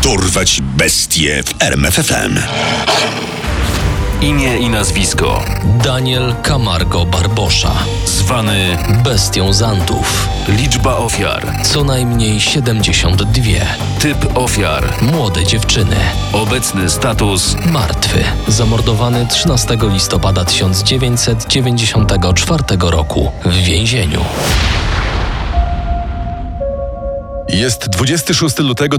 Dorwać bestie w RMF FM. Imię i nazwisko: Daniel Camargo Barbosza, zwany bestią z Andów. liczba ofiar, Co najmniej 72. typ ofiar, Młode dziewczyny. obecny status, Martwy. Zamordowany 13 listopada 1994 roku w więzieniu. Jest 26 lutego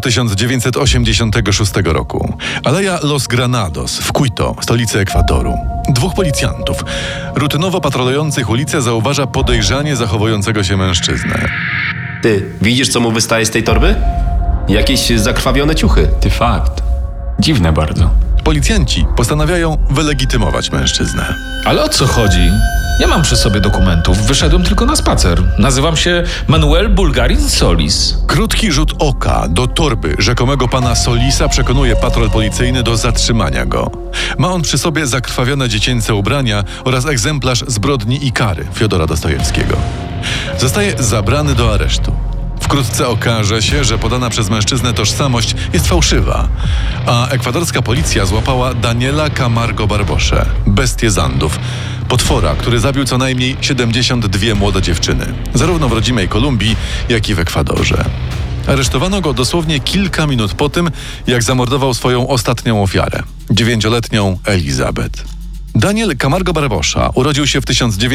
1986 roku. Aleja Los Granados w Quito, stolicy Ekwadoru. Dwóch policjantów, rutynowo patrolujących ulicę, zauważa podejrzanie zachowującego się mężczyznę. Ty, widzisz, co mu wystaje z tej torby? Jakieś zakrwawione ciuchy. Ty fakt. Dziwne bardzo. Policjanci postanawiają wylegitymować mężczyznę. Ale o co chodzi? Nie mam przy sobie dokumentów, wyszedłem tylko na spacer. Nazywam się Manuel Bulgarin Solis. Krótki rzut oka do torby rzekomego pana Solisa przekonuje patrol policyjny do zatrzymania go. Ma on przy sobie zakrwawione dziecięce ubrania oraz egzemplarz Zbrodni i kary Fiodora Dostojewskiego. Zostaje zabrany do aresztu. Wkrótce okaże się, że podana przez mężczyznę tożsamość jest fałszywa, a ekwadorska policja złapała Daniela Camargo Barboszę, bestię z Andów, potwora, który zabił co najmniej 72 młode dziewczyny, zarówno w rodzimej Kolumbii, jak i w Ekwadorze. Aresztowano go dosłownie kilka minut po tym, jak zamordował swoją ostatnią ofiarę, 9-letnią Elizabeth. Daniel Camargo Barbosza urodził się w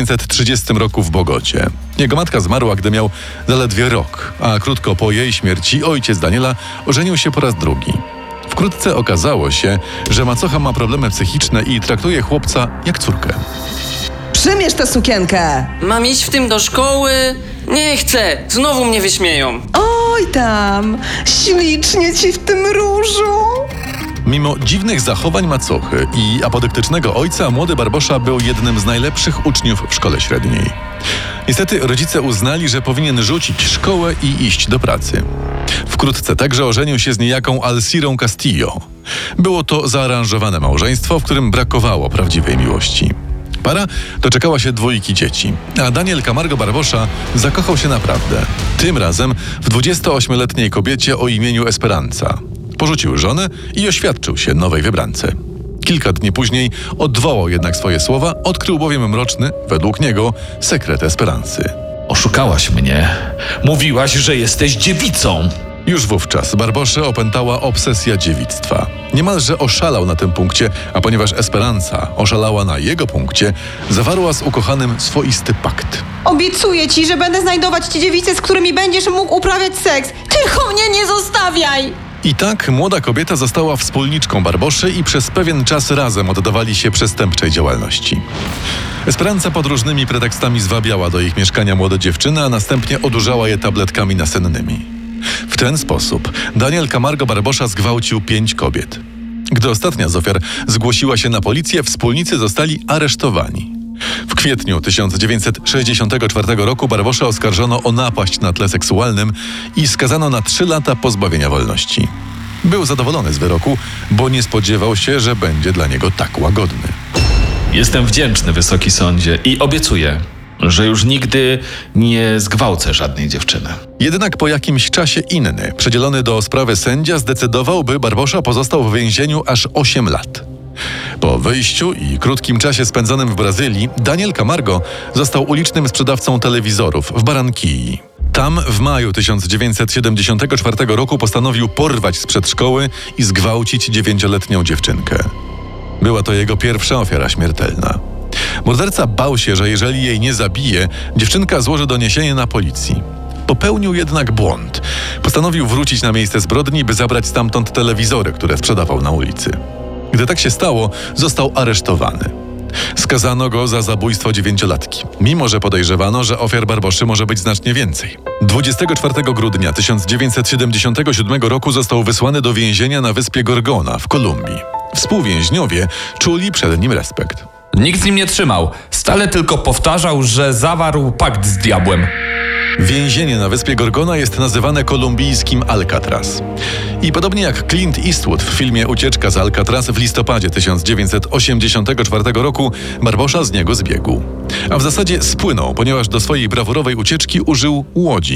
1930 roku w Bogocie. Jego matka zmarła, gdy miał zaledwie rok, a krótko po jej śmierci ojciec Daniela ożenił się po raz drugi. Wkrótce okazało się, że macocha ma problemy psychiczne i traktuje chłopca jak córkę. Przymierz tę sukienkę! Mam iść w tym do szkoły? Nie chcę, znowu mnie wyśmieją. Oj tam, ślicznie ci w tym różu. Mimo dziwnych zachowań macochy i apodyktycznego ojca, młody Barbosza był jednym z najlepszych uczniów w szkole średniej. Niestety rodzice uznali, że powinien rzucić szkołę i iść do pracy. Wkrótce także ożenił się z niejaką Alcirą Castillo. Było to zaaranżowane małżeństwo, w którym brakowało prawdziwej miłości. Para doczekała się 2 dzieci, a Daniel Camargo Barbosza zakochał się naprawdę. Tym razem w 28-letniej kobiecie o imieniu Esperanza. Porzucił żonę i oświadczył się nowej wybrance. Kilka dni później odwołał jednak swoje słowa, odkrył bowiem mroczny, według niego, sekret Esperancy. Oszukałaś mnie. Mówiłaś, że jesteś dziewicą. Już wówczas Barboszę opętała obsesja dziewictwa. Niemalże oszalał na tym punkcie, a ponieważ Esperanza oszalała na jego punkcie, zawarła z ukochanym swoisty pakt. Obiecuję ci, że będę znajdować ci dziewice, z którymi będziesz mógł uprawiać seks. Tylko mnie nie zostawiaj! I tak młoda kobieta została wspólniczką Barboszy i przez pewien czas razem oddawali się przestępczej działalności. Esperanza pod różnymi pretekstami zwabiała do ich mieszkania młode dziewczyny, a następnie odurzała je tabletkami nasennymi. W ten sposób Daniel Camargo Barbosza zgwałcił 5 kobiet. Gdy ostatnia z ofiar zgłosiła się na policję, wspólnicy zostali aresztowani. W kwietniu 1964 roku Barboszę oskarżono o napaść na tle seksualnym i skazano na 3 lata pozbawienia wolności. Był zadowolony z wyroku, bo nie spodziewał się, że będzie dla niego tak łagodny. Jestem wdzięczny, Wysoki Sądzie, i obiecuję, że już nigdy nie zgwałcę żadnej dziewczyny. Jednak po jakimś czasie inny, przydzielony do sprawy sędzia, zdecydował, by Barbosza pozostał w więzieniu aż 8 lat. Po wyjściu i krótkim czasie spędzonym w Brazylii, Daniel Camargo został ulicznym sprzedawcą telewizorów w Barranquilli. Tam w maju 1974 roku postanowił porwać z przedszkoły i zgwałcić 9-letnią dziewczynkę. Była to jego pierwsza ofiara śmiertelna. Morderca bał się, że jeżeli jej nie zabije, dziewczynka złoży doniesienie na policji. Popełnił jednak błąd. Postanowił wrócić na miejsce zbrodni, by zabrać stamtąd telewizory, które sprzedawał na ulicy. Gdy tak się stało, został aresztowany. Skazano go za zabójstwo 9-latki, mimo że podejrzewano, że ofiar Barboszy może być znacznie więcej. 24 grudnia 1977 roku został wysłany do więzienia na wyspie Gorgona w Kolumbii. Współwięźniowie czuli przed nim respekt. Nikt z nim nie trzymał. Stale tylko powtarzał, że zawarł pakt z diabłem. Więzienie na wyspie Gorgona jest nazywane kolumbijskim Alcatraz. I podobnie jak Clint Eastwood w filmie Ucieczka z Alcatraz w listopadzie 1984 roku, Barbosza z niego zbiegł. A w zasadzie spłynął, ponieważ do swojej brawurowej ucieczki użył łodzi.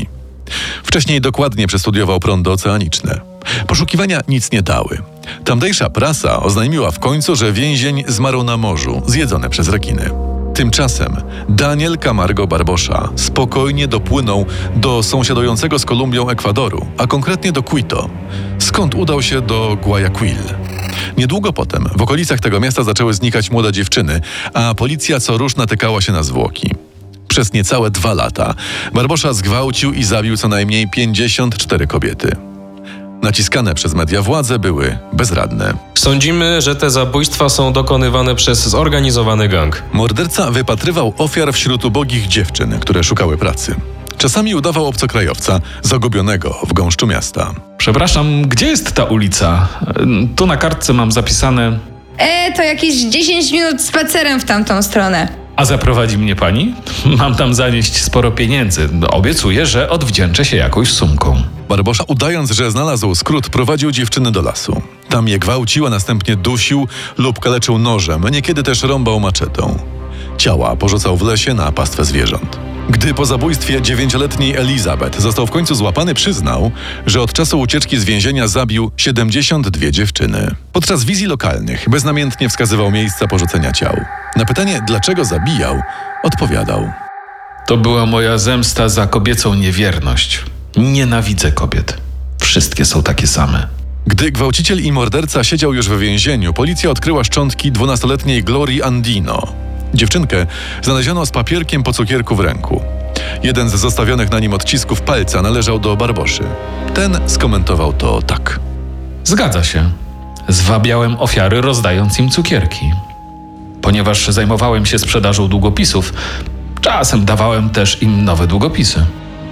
Wcześniej dokładnie przestudiował prądy oceaniczne. Poszukiwania nic nie dały. Tamtejsza prasa oznajmiła w końcu, że więzień zmarł na morzu, zjedzony przez rekiny. Tymczasem Daniel Camargo Barbosza spokojnie dopłynął do sąsiadującego z Kolumbią Ekwadoru, a konkretnie do Quito, skąd udał się do Guayaquil. Niedługo potem w okolicach tego miasta zaczęły znikać młode dziewczyny, a policja co rusz natykała się na zwłoki. Przez niecałe 2 lata Barbosza zgwałcił i zabił co najmniej 54 kobiety. Naciskane przez media władze były bezradne. Sądzimy, że te zabójstwa są dokonywane przez zorganizowany gang. Morderca wypatrywał ofiar wśród ubogich dziewczyn, które szukały pracy. Czasami udawał obcokrajowca zagubionego w gąszczu miasta. Przepraszam, gdzie jest ta ulica? Tu na kartce mam zapisane... To jakieś 10 minut spacerem w tamtą stronę. A zaprowadzi mnie pani? Mam tam zanieść sporo pieniędzy. Obiecuję, że odwdzięczę się jakąś sumką. Barbosza, udając, że znalazł skrót, prowadził dziewczyny do lasu. Tam je gwałcił, a następnie dusił lub kaleczył nożem, niekiedy też rąbał maczetą. Ciała porzucał w lesie na pastwę zwierząt. Gdy po zabójstwie 9-letniej Elizabeth został w końcu złapany, przyznał, że od czasu ucieczki z więzienia zabił 72 dziewczyny. Podczas wizji lokalnych beznamiętnie wskazywał miejsca porzucenia ciał. Na pytanie, dlaczego zabijał, odpowiadał: To była moja zemsta za kobiecą niewierność. Nienawidzę kobiet. Wszystkie są takie same. Gdy gwałciciel i morderca siedział już w więzieniu, policja odkryła szczątki 12-letniej Glorii Andino. Dziewczynkę znaleziono z papierkiem po cukierku w ręku. Jeden z zostawionych na nim odcisków palca należał do Barboszy. Ten skomentował to tak: Zgadza się. Zwabiałem ofiary, rozdając im cukierki. Ponieważ zajmowałem się sprzedażą długopisów, czasem dawałem też im nowe długopisy.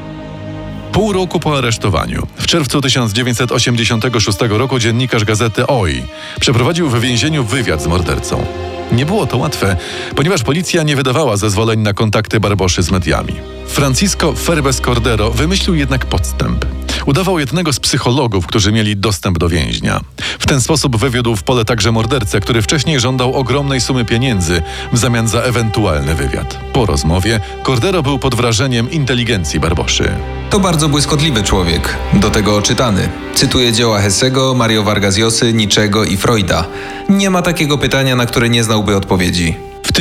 Pół roku po aresztowaniu, w czerwcu 1986 roku dziennikarz gazety OI przeprowadził w więzieniu wywiad z mordercą. Nie było to łatwe, ponieważ policja nie wydawała zezwoleń na kontakty Barboszy z mediami. Francisco Ferbes Cordero wymyślił jednak podstęp. Udawał jednego z psychologów, którzy mieli dostęp do więźnia. W ten sposób wywiódł w pole także mordercę, który wcześniej żądał ogromnej sumy pieniędzy w zamian za ewentualny wywiad. Po rozmowie Cordero był pod wrażeniem inteligencji Barboszy. To bardzo błyskotliwy człowiek, do tego oczytany. Cytuję dzieła Hessego, Mario Vargas Llosy, Nietzschego i Freuda. Nie ma takiego pytania, na które nie znałby odpowiedzi. W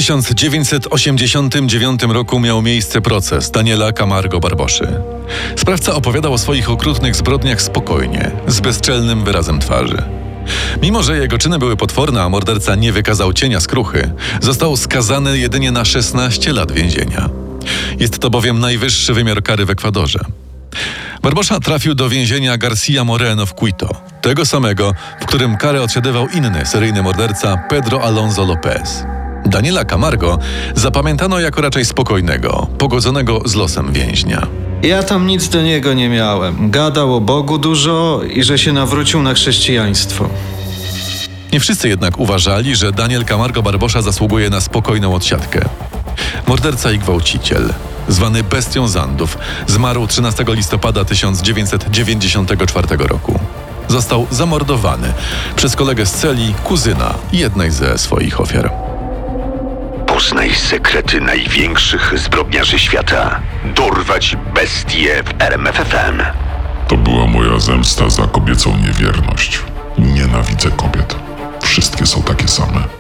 1989 roku miał miejsce proces Daniela Camargo Barboszy. Sprawca opowiadał o swoich okrutnych zbrodniach spokojnie, z bezczelnym wyrazem twarzy. Mimo że jego czyny były potworne, a morderca nie wykazał cienia skruchy, został skazany jedynie na 16 lat więzienia. Jest to bowiem najwyższy wymiar kary w Ekwadorze. Barbosza trafił do więzienia Garcia Moreno w Quito, tego samego, w którym karę odsiadywał inny seryjny morderca Pedro Alonso Lopez. Daniela Camargo zapamiętano jako raczej spokojnego, pogodzonego z losem więźnia. Ja tam nic do niego nie miałem. Gadał o Bogu dużo i że się nawrócił na chrześcijaństwo. Nie wszyscy jednak uważali, że Daniel Camargo Barbosza zasługuje na spokojną odsiadkę. Morderca i gwałciciel, zwany bestią z Andów, zmarł 13 listopada 1994 roku. Został zamordowany przez kolegę z celi, kuzyna jednej ze swoich ofiar. Poznaj sekrety największych zbrodniarzy świata. Dorwać bestie w RMF FM. To była moja zemsta za kobiecą niewierność. Nienawidzę kobiet. Wszystkie są takie same.